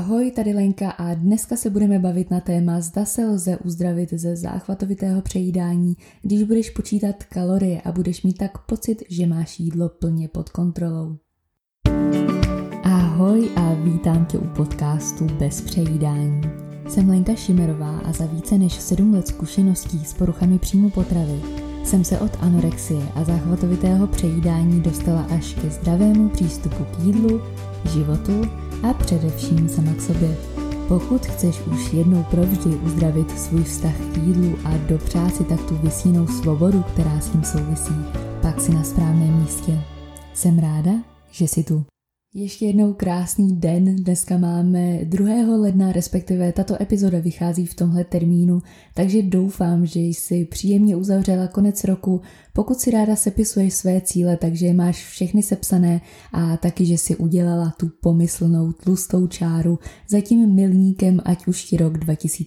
Ahoj, tady Lenka a dneska se budeme bavit na téma, zda se lze uzdravit ze záchvatovitého přejídání, když budeš počítat kalorie a budeš mít tak pocit, že máš jídlo plně pod kontrolou. Ahoj a vítám tě u podcastu Bez přejídání. Jsem Lenka Šimerová a za více než 7 let zkušeností s poruchami příjmu potravy jsem se od anorexie a záchvatovitého přejídání dostala až ke zdravému přístupu k jídlu, životu a především sama k sobě. Pokud chceš už jednou provždy uzdravit svůj vztah k jídlu a dopřát si tak tu vysněnou svobodu, která s tím souvisí, pak si na správném místě. Jsem ráda, že jsi tu. Ještě jednou krásný den, dneska máme 2. ledna, respektive tato epizoda vychází v tomhle termínu, takže doufám, že jsi příjemně uzavřela konec roku, pokud si ráda sepisuješ své cíle, takže máš všechny sepsané a taky, že si udělala tu pomyslnou tlustou čáru za tím milníkem, ať už ti rok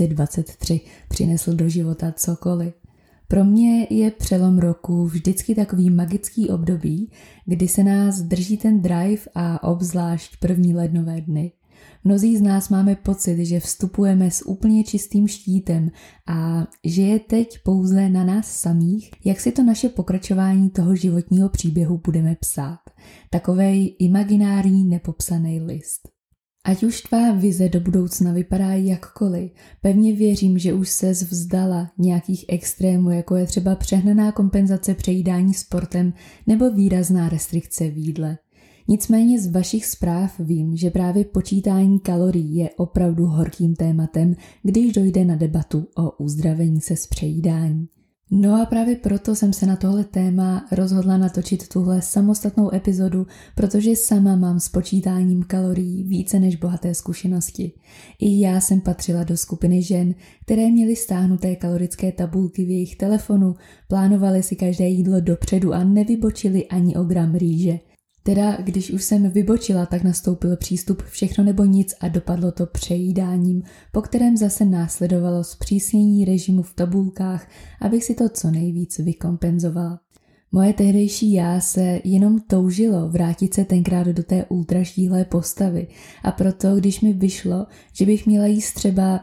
2023 přinesl do života cokoliv. Pro mě je přelom roku vždycky takový magický období, kdy se nás drží ten drive a obzvlášť první lednové dny. Mnozí z nás máme pocit, že vstupujeme s úplně čistým štítem a že je teď pouze na nás samých, jak si to naše pokračování toho životního příběhu budeme psát. Takovej imaginární nepopsaný list. Ať už tvá vize do budoucna vypadá jakkoliv, pevně věřím, že už ses vzdala nějakých extrémů, jako je třeba přehnaná kompenzace přejídání sportem nebo výrazná restrikce v jídle. Nicméně z vašich zpráv vím, že právě počítání kalorií je opravdu horkým tématem, když dojde na debatu o uzdravení se z přejídání. No a právě proto jsem se na tohle téma rozhodla natočit tuhle samostatnou epizodu, protože sama mám s počítáním kalorií více než bohaté zkušenosti. I já jsem patřila do skupiny žen, které měly stáhnuté kalorické tabulky v jejich telefonu, plánovaly si každé jídlo dopředu a nevybočily ani o gram rýže. Teda, když už jsem vybočila, tak nastoupil přístup všechno nebo nic a dopadlo to přejídáním, po kterém zase následovalo zpřísnění režimu v tabulkách, abych si to co nejvíc vykompenzovala. Moje tehdejší já se jenom toužilo vrátit se tenkrát do té ultraštíhlé postavy a proto, když mi vyšlo, že bych měla jíst třeba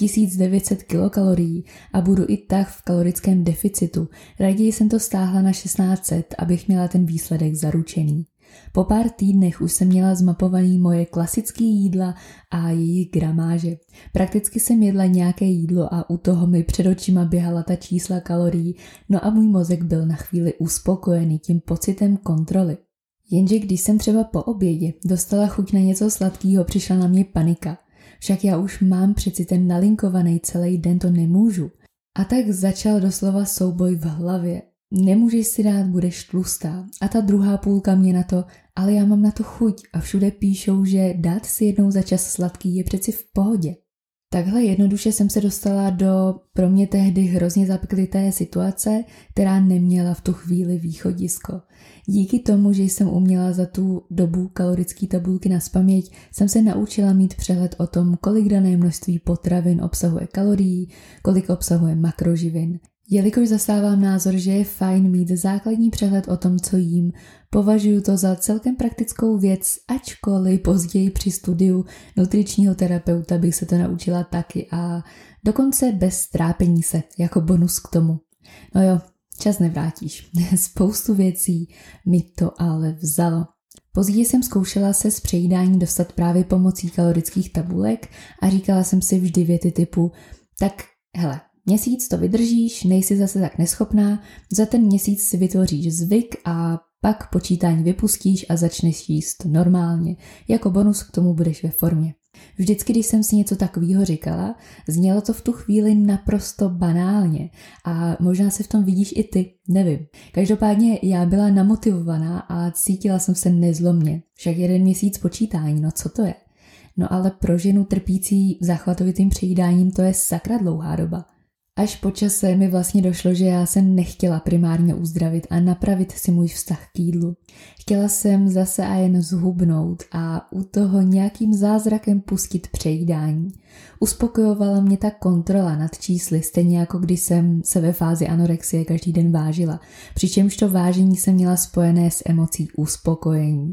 1900 kilokalorií a budu i tak v kalorickém deficitu, raději jsem to stáhla na 1600, abych měla ten výsledek zaručený. Po pár týdnech už jsem měla zmapovaný moje klasické jídla a jejich gramáže. Prakticky jsem jedla nějaké jídlo a u toho mi před očima běhala ta čísla kalorií, no a můj mozek byl na chvíli uspokojený tím pocitem kontroly. Jenže když jsem třeba po obědě dostala chuť na něco sladkého, přišla na mě panika. Však já už mám přeci ten nalinkovaný celý den, to nemůžu. A tak začal doslova souboj v hlavě. Nemůžeš si dát, budeš tlustá. A ta druhá půlka mě na to, ale já mám na to chuť a všude píšou, že dát si jednou za čas sladký je přeci v pohodě. Takhle jednoduše jsem se dostala do pro mě tehdy hrozně zapeklité situace, která neměla v tu chvíli východisko. Díky tomu, že jsem uměla za tu dobu kalorické tabulky nazpaměť, jsem se naučila mít přehled o tom, kolik dané množství potravin obsahuje kalorií, kolik obsahuje makroživin. Jelikož zastávám názor, že je fajn mít základní přehled o tom, co jím, považuji to za celkem praktickou věc, ačkoliv později při studiu nutričního terapeuta bych se to naučila taky a dokonce bez trápení se, jako bonus k tomu. No jo, čas nevrátíš. Spoustu věcí mi to ale vzalo. Později jsem zkoušela se z přejídání dostat právě pomocí kalorických tabulek a říkala jsem si vždy věty typu, tak hele, měsíc to vydržíš, nejsi zase tak neschopná, za ten měsíc si vytvoříš zvyk a pak počítání vypustíš a začneš jíst normálně. Jako bonus k tomu budeš ve formě. Vždycky, když jsem si něco takového říkala, znělo to v tu chvíli naprosto banálně a možná se v tom vidíš i ty, nevím. Každopádně já byla namotivovaná a cítila jsem se nezlomně. Však 1 měsíc počítání, no co to je? No ale pro ženu trpící záchvatovitým přejídáním to je sakra dlouhá doba. Až po čase mi vlastně došlo, že já jsem nechtěla primárně uzdravit a napravit si můj vztah k jídlu. Chtěla jsem zase a jen zhubnout a u toho nějakým zázrakem pustit přejídání. Uspokojovala mě ta kontrola nad čísly, stejně jako když jsem se ve fázi anorexie každý den vážila, přičemž to vážení jsem měla spojené s emocí uspokojení.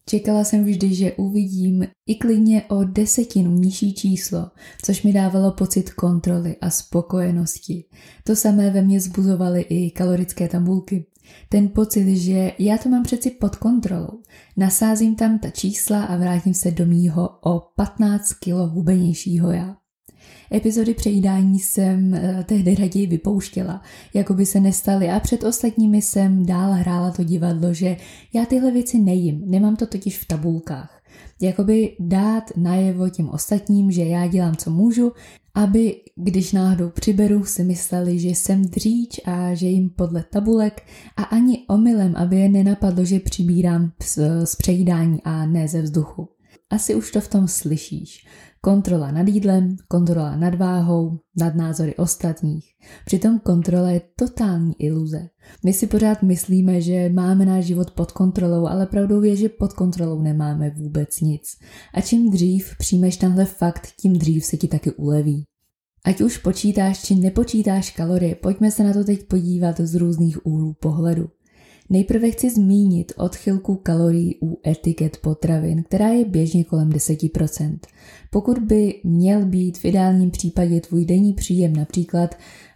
Čekala jsem vždy, že uvidím i klidně o 10 nižší číslo, což mi dávalo pocit kontroly a spokojenosti. To samé ve mně vzbuzovaly i kalorické tabulky. Ten pocit, že já to mám přeci pod kontrolou. Nasázím tam ta čísla a vrátím se do mýho o 15 kg hubenějšího já. Epizody přejídání jsem tehdy raději vypouštěla, jako by se nestaly, a před ostatními jsem dál hrála to divadlo, že já tyhle věci nejím, nemám to totiž v tabulkách. Jakoby dát najevo těm ostatním, že já dělám, co můžu, aby, když náhodou přiberu, si mysleli, že jsem dříč a že jim podle tabulek, a ani omylem, aby je nenapadlo, že přibírám z přejídání a ne ze vzduchu. Asi už to v tom slyšíš. Kontrola nad jídlem, kontrola nad váhou, nad názory ostatních. Přitom kontrola je totální iluze. My si pořád myslíme, že máme náš život pod kontrolou, ale pravdou je, že pod kontrolou nemáme vůbec nic. A čím dřív přijmeš tenhle fakt, tím dřív se ti taky uleví. Ať už počítáš či nepočítáš kalorie, pojďme se na to teď podívat z různých úhlů pohledu. Nejprve chci zmínit odchylku kalorií u etiket potravin, která je běžně kolem 10%. Pokud by měl být v ideálním případě tvůj denní příjem například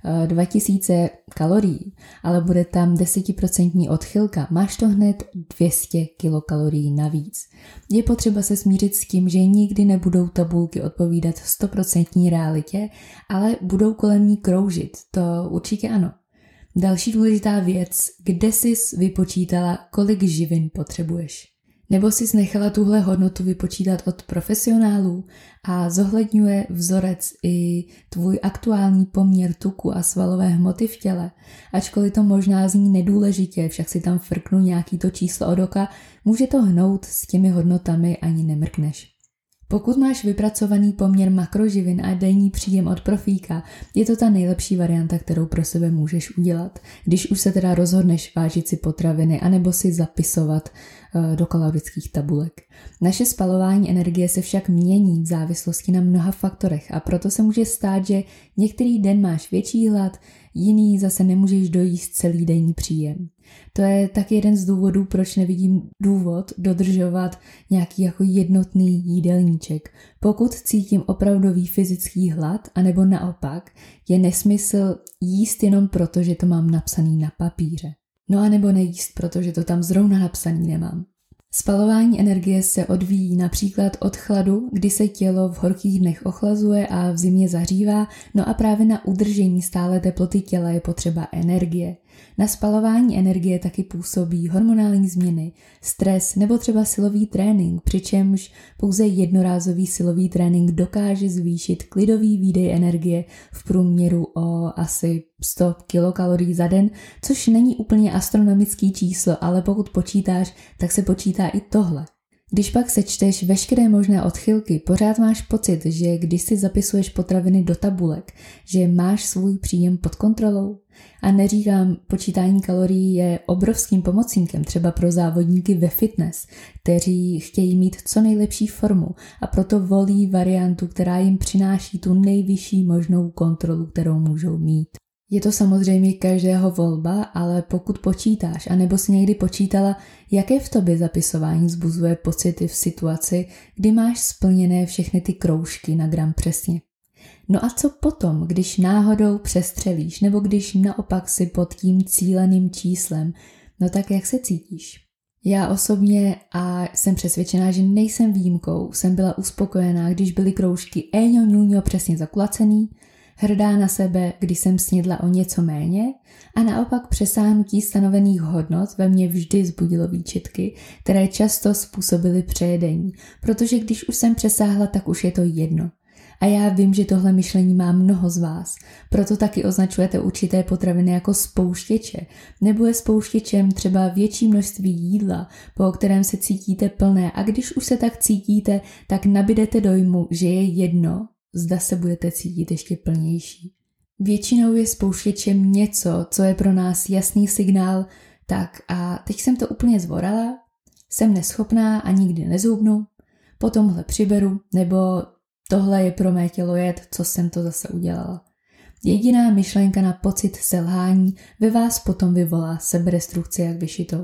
2000 kalorií, ale bude tam 10% odchylka, máš to hned 200 kilokalorií navíc. Je potřeba se smířit s tím, že nikdy nebudou tabulky odpovídat 100% realitě, ale budou kolem ní kroužit, to určitě ano. Další důležitá věc, kde jsi vypočítala, kolik živin potřebuješ. Nebo jsi nechala tuhle hodnotu vypočítat od profesionálů a zohledňuje vzorec i tvůj aktuální poměr tuku a svalové hmoty v těle. Ačkoliv to možná zní nedůležitě, však si tam frknu nějaký to číslo od oka, může to hnout s těmi hodnotami, ani nemrkneš. Pokud máš vypracovaný poměr makroživin a denní příjem od profíka, je to ta nejlepší varianta, kterou pro sebe můžeš udělat, když už se teda rozhodneš vážit si potraviny anebo si zapisovat do kalorických tabulek. Naše spalování energie se však mění v závislosti na mnoha faktorech a proto se může stát, že některý den máš větší hlad, jiný zase nemůžeš dojíst celý denní příjem. To je taky jeden z důvodů, proč nevidím důvod dodržovat nějaký jako jednotný jídelníček. Pokud cítím opravdový fyzický hlad, anebo naopak, je nesmysl jíst jenom proto, že to mám napsaný na papíře. No a nebo nejíst, protože to tam zrovna napsaný nemám. Spalování energie se odvíjí například od chladu, kdy se tělo v horkých dnech ochlazuje a v zimě zahřívá, no a právě na udržení stále teploty těla je potřeba energie. Na spalování energie taky působí hormonální změny, stres nebo třeba silový trénink, přičemž pouze jednorázový silový trénink dokáže zvýšit klidový výdej energie v průměru o asi 100 kilokalorií za den, což není úplně astronomický číslo, ale pokud počítáš, tak se počítá i tohle. Když pak sečteš veškeré možné odchylky, pořád máš pocit, že když si zapisuješ potraviny do tabulek, že máš svůj příjem pod kontrolou. A neříkám, počítání kalorií je obrovským pomocníkem třeba pro závodníky ve fitness, kteří chtějí mít co nejlepší formu a proto volí variantu, která jim přináší tu nejvyšší možnou kontrolu, kterou můžou mít. Je to samozřejmě každého volba, ale pokud počítáš, anebo si někdy počítala, jaké v tobě zapisování vzbuzuje pocity v situaci, kdy máš splněné všechny ty kroužky na gram přesně. No a co potom, když náhodou přestřelíš, nebo když naopak si pod tím cíleným číslem, no tak jak se cítíš? Já osobně, a jsem přesvědčená, že nejsem výjimkou, jsem byla uspokojená, když byly kroužky éňo ňuňo přesně zakulacený, hrdá na sebe, když jsem snědla o něco méně, a naopak přesáhnutí stanovených hodnot ve mně vždy vzbudilo výčitky, které často způsobily přejedení, protože když už jsem přesáhla, tak už je to jedno. A já vím, že tohle myšlení má mnoho z vás, proto taky označujete určité potraviny jako spouštěče, nebo je spouštěčem třeba větší množství jídla, po kterém se cítíte plné, a když už se tak cítíte, tak nabydete dojmu, že je jedno, zda se budete cítit ještě plnější. Většinou je spouštěčem něco, co je pro nás jasný signál, tak a teď jsem to úplně zvorala, jsem neschopná a nikdy nezhubnu, potomhle přiberu, nebo tohle je pro mé tělo jed, co jsem to zase udělala. Jediná myšlenka na pocit selhání ve vás potom vyvolá sebedestrukci jak vyšitou.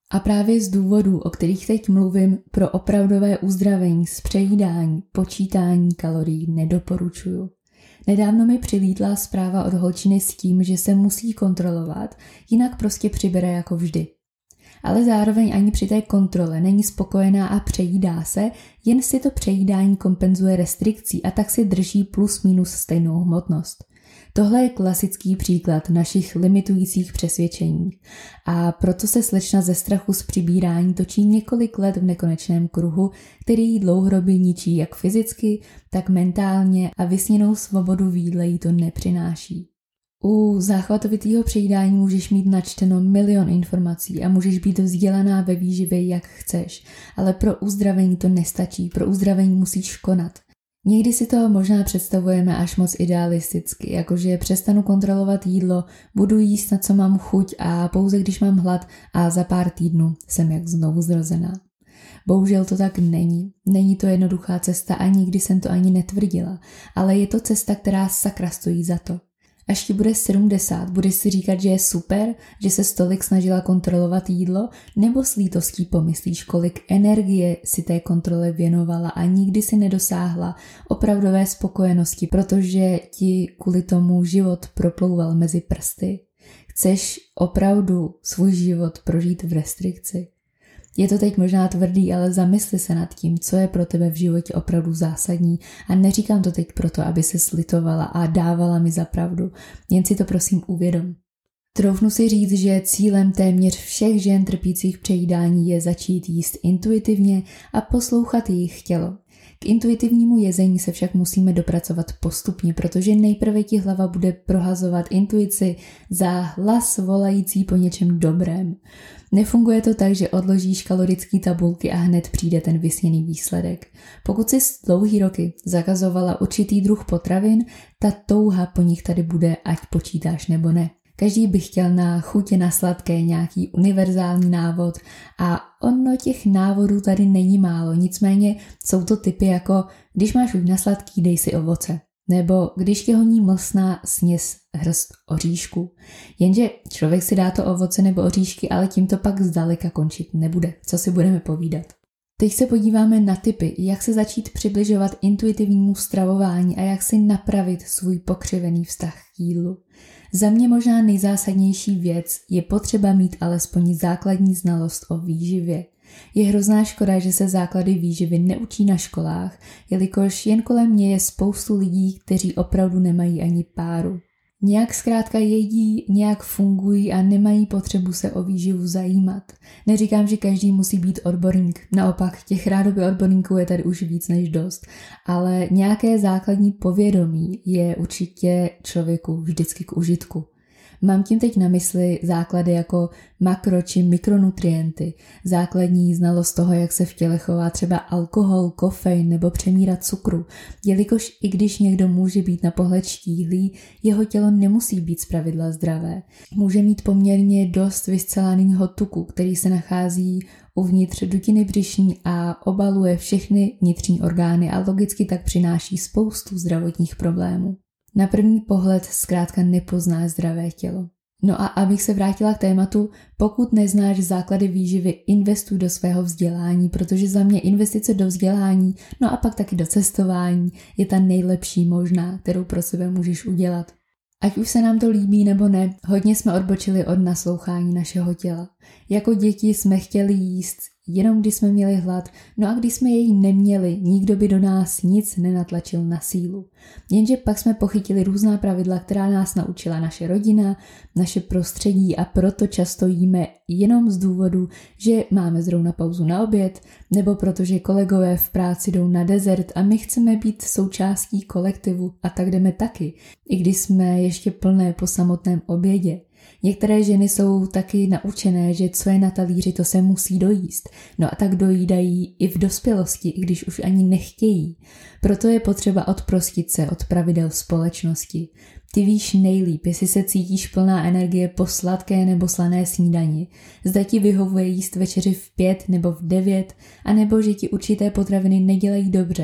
A právě z důvodů, o kterých teď mluvím, pro opravdové uzdravení z přejídání, počítání kalorií nedoporučuju. Nedávno mi přilítla zpráva od holčiny s tím, že se musí kontrolovat, jinak prostě přibere jako vždy. Ale zároveň ani při té kontrole není spokojená a přejídá se, jen si to přejídání kompenzuje restrikcí a tak si drží plus minus stejnou hmotnost. Tohle je klasický příklad našich limitujících přesvědčení a proto se slečna ze strachu z přibírání točí několik let v nekonečném kruhu, který jí dlouhodobě ničí jak fyzicky, tak mentálně a vysněnou svobodu v jídle jí to nepřináší. U záchvatovitého přejídání můžeš mít načteno milion informací a můžeš být vzdělaná ve výživě jak chceš, ale pro uzdravení to nestačí, pro uzdravení musíš konat. Někdy si to možná představujeme až moc idealisticky, jakože přestanu kontrolovat jídlo, budu jíst na co mám chuť a pouze když mám hlad a za pár týdnů jsem jak znovu zrozená. Bohužel to tak není. Není to jednoduchá cesta a nikdy jsem to ani netvrdila, ale je to cesta, která sakra stojí za to. Až ti bude 70, budeš si říkat, že je super, že se tolik snažila kontrolovat jídlo, nebo s lítostí pomyslíš, kolik energie si té kontrole věnovala a nikdy si nedosáhla opravdové spokojenosti, protože ti kvůli tomu život proplouval mezi prsty. Chceš opravdu svůj život prožít v restrikci. Je to teď možná tvrdý, ale zamysli se nad tím, co je pro tebe v životě opravdu zásadní a neříkám to teď proto, aby se slitovala a dávala mi za pravdu, jen si to prosím uvědom. Troufnu si říct, že cílem téměř všech žen trpících přejídání je začít jíst intuitivně a poslouchat jejich tělo. K intuitivnímu jezení se však musíme dopracovat postupně, protože nejprve ti hlava bude prohazovat intuici za hlas volající po něčem dobrém. Nefunguje to tak, že odložíš kalorické tabulky a hned přijde ten vysněný výsledek. Pokud jsi dlouhý roky zakazovala určitý druh potravin, ta touha po nich tady bude, ať počítáš nebo ne. Každý by chtěl na chutě na sladké nějaký univerzální návod a ono těch návodů tady není málo, nicméně jsou to typy jako když máš chuť na sladký, dej si ovoce. Nebo když tě honí mlsna, sněz hrst oříšku. Jenže člověk si dá to ovoce nebo oříšky, ale tím to pak zdaleka končit nebude. Co si budeme povídat? Teď se podíváme na tipy, jak se začít přibližovat intuitivnímu stravování a jak si napravit svůj pokřivený vztah k jídlu. Za mě možná nejzásadnější věc je potřeba mít alespoň základní znalost o výživě. Je hrozná škoda, že se základy výživy neučí na školách, jelikož jen kolem mě je spoustu lidí, kteří opravdu nemají ani páru. Nějak zkrátka jedí, nějak fungují a nemají potřebu se o výživu zajímat. Neříkám, že každý musí být odborník, naopak těch rádoby odborníků je tady už víc než dost, ale nějaké základní povědomí je určitě člověku vždycky k užitku. Mám tím teď na mysli základy jako makro či mikronutrienty, základní znalost toho, jak se v těle chová třeba alkohol, kofein nebo přemíra cukru, jelikož i když někdo může být na pohled štíhlý, jeho tělo nemusí být zpravidla zdravé. Může mít poměrně dost vyscelaného tuku, který se nachází uvnitř dutiny břišní a obaluje všechny vnitřní orgány a logicky tak přináší spoustu zdravotních problémů. Na první pohled zkrátka nepoznáš zdravé tělo. No a abych se vrátila k tématu, pokud neznáš základy výživy, investuj do svého vzdělání, protože za mě investice do vzdělání, no a pak taky do cestování je ta nejlepší možná, kterou pro sebe můžeš udělat. Ať už se nám to líbí nebo ne, hodně jsme odbočili od naslouchání našeho těla. Jako děti jsme chtěli jíst, jenom když jsme měli hlad, no a když jsme jej neměli, nikdo by do nás nic nenatlačil na sílu. Jenže pak jsme pochytili různá pravidla, která nás naučila naše rodina, naše prostředí a proto často jíme jenom z důvodu, že máme zrovna pauzu na oběd, nebo protože kolegové v práci jdou na dezert a my chceme být součástí kolektivu a tak jdeme taky, i když jsme ještě plné po samotném obědě. Některé ženy jsou taky naučené, že co je na talíři, to se musí dojíst. No a tak dojídají i v dospělosti, i když už ani nechtějí. Proto je potřeba odprostit se od pravidel společnosti. Ty víš nejlíp, jestli se cítíš plná energie po sladké nebo slané snídani. Zda ti vyhovuje jíst večeři v 5 nebo v 9, anebo že ti určité potraviny nedělají dobře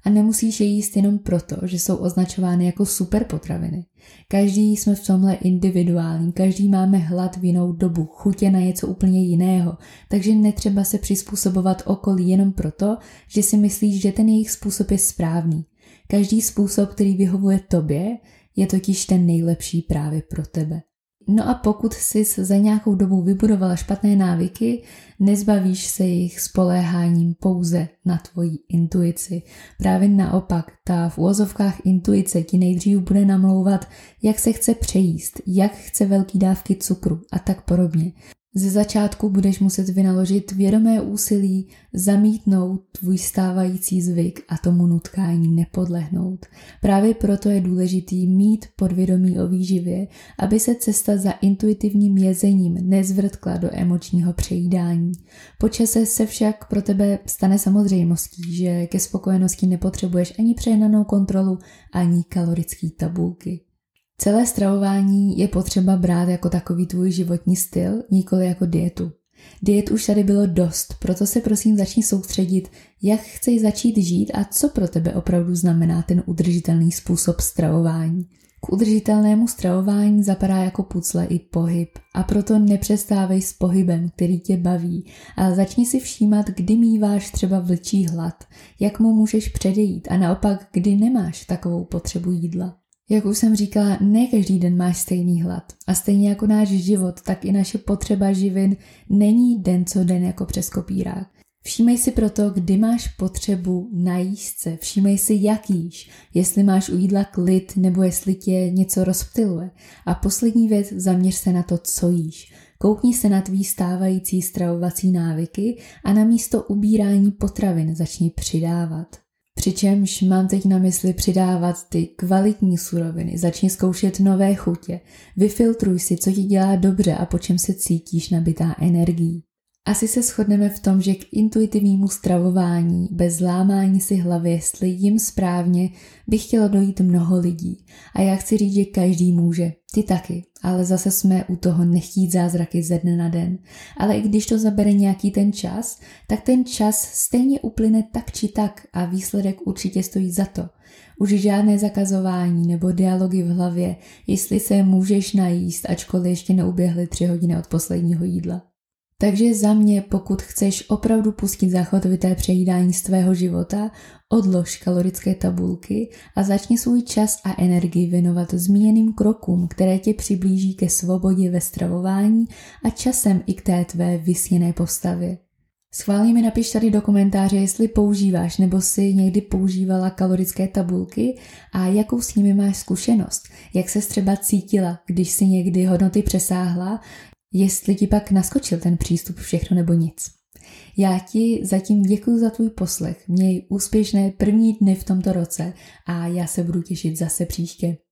A nemusíš je jíst jenom proto, že jsou označovány jako super potraviny. Každý jsme v tomhle individuální, každý máme hlad v jinou dobu, chutě na něco úplně jiného, takže netřeba se přizpůsobovat okolí jenom proto, že si myslíš, že ten jejich způsob je správný. Každý způsob, který vyhovuje tobě, je totiž ten nejlepší právě pro tebe. No a pokud jsi za nějakou dobu vybudovala špatné návyky, nezbavíš se jich spoléháním pouze na tvoji intuici. Právě naopak, ta v uvozovkách intuice ti nejdřív bude namlouvat, jak se chce přejíst, jak chce velký dávky cukru a tak podobně. Ze začátku budeš muset vynaložit vědomé úsilí zamítnout tvůj stávající zvyk a tomu nutkání nepodlehnout. Právě proto je důležitý mít podvědomí o výživě, aby se cesta za intuitivním jezením nezvrtkla do emočního přejídání. Po čase se však pro tebe stane samozřejmostí, že ke spokojenosti nepotřebuješ ani přehnanou kontrolu, ani kalorické tabulky. Celé stravování je potřeba brát jako takový tvůj životní styl, nikoli jako dietu. Diet už tady bylo dost, proto se prosím začni soustředit, jak chceš začít žít a co pro tebe opravdu znamená ten udržitelný způsob stravování. K udržitelnému stravování zapadá jako pucle i pohyb a proto nepřestávej s pohybem, který tě baví, ale začni si všímat, kdy míváš třeba vlčí hlad, jak mu můžeš předejít a naopak, kdy nemáš takovou potřebu jídla. Jak už jsem říkala, ne každý den máš stejný hlad. A stejně jako náš život, tak i naše potřeba živin není den co den jako přes kopírák. Všímej si proto, kdy máš potřebu najíst se. Všímej si, jak jíš, jestli máš u jídla klid nebo jestli tě něco rozptyluje. A poslední věc, zaměř se na to, co jíš. Koukni se na tvý stávající stravovací návyky a na místo ubírání potravin začni přidávat. Přičemž mám teď na mysli přidávat ty kvalitní suroviny, začni zkoušet nové chutě, vyfiltruj si, co ti dělá dobře a po čem se cítíš nabitá energií. Asi se shodneme v tom, že k intuitivnímu stravování, bez lámání si hlavy, jestli jim správně, by chtělo dojít mnoho lidí. A já chci říct, že každý může, ty taky, ale zase jsme u toho nechtít zázraky ze dne na den. Ale i když to zabere nějaký ten čas, tak ten čas stejně uplyne tak či tak a výsledek určitě stojí za to. Už žádné zakazování nebo dialogy v hlavě, jestli se můžeš najíst, ačkoliv ještě neuběhly 3 hodiny od posledního jídla. Takže za mě, pokud chceš opravdu pustit záchvatovité přejídání z tvého života, odlož kalorické tabulky a začni svůj čas a energii věnovat zmíněným krokům, které tě přiblíží ke svobodě ve stravování a časem i k té tvé vysněné postavě. Schválně mi napiš tady do komentáře, jestli používáš nebo si někdy používala kalorické tabulky a jakou s nimi máš zkušenost, jak ses třeba cítila, když si někdy hodnoty přesáhla, jestli ti pak naskočil ten přístup všechno nebo nic. Já ti zatím děkuji za tvůj poslech, měj úspěšné první dny v tomto roce a já se budu těšit zase příště.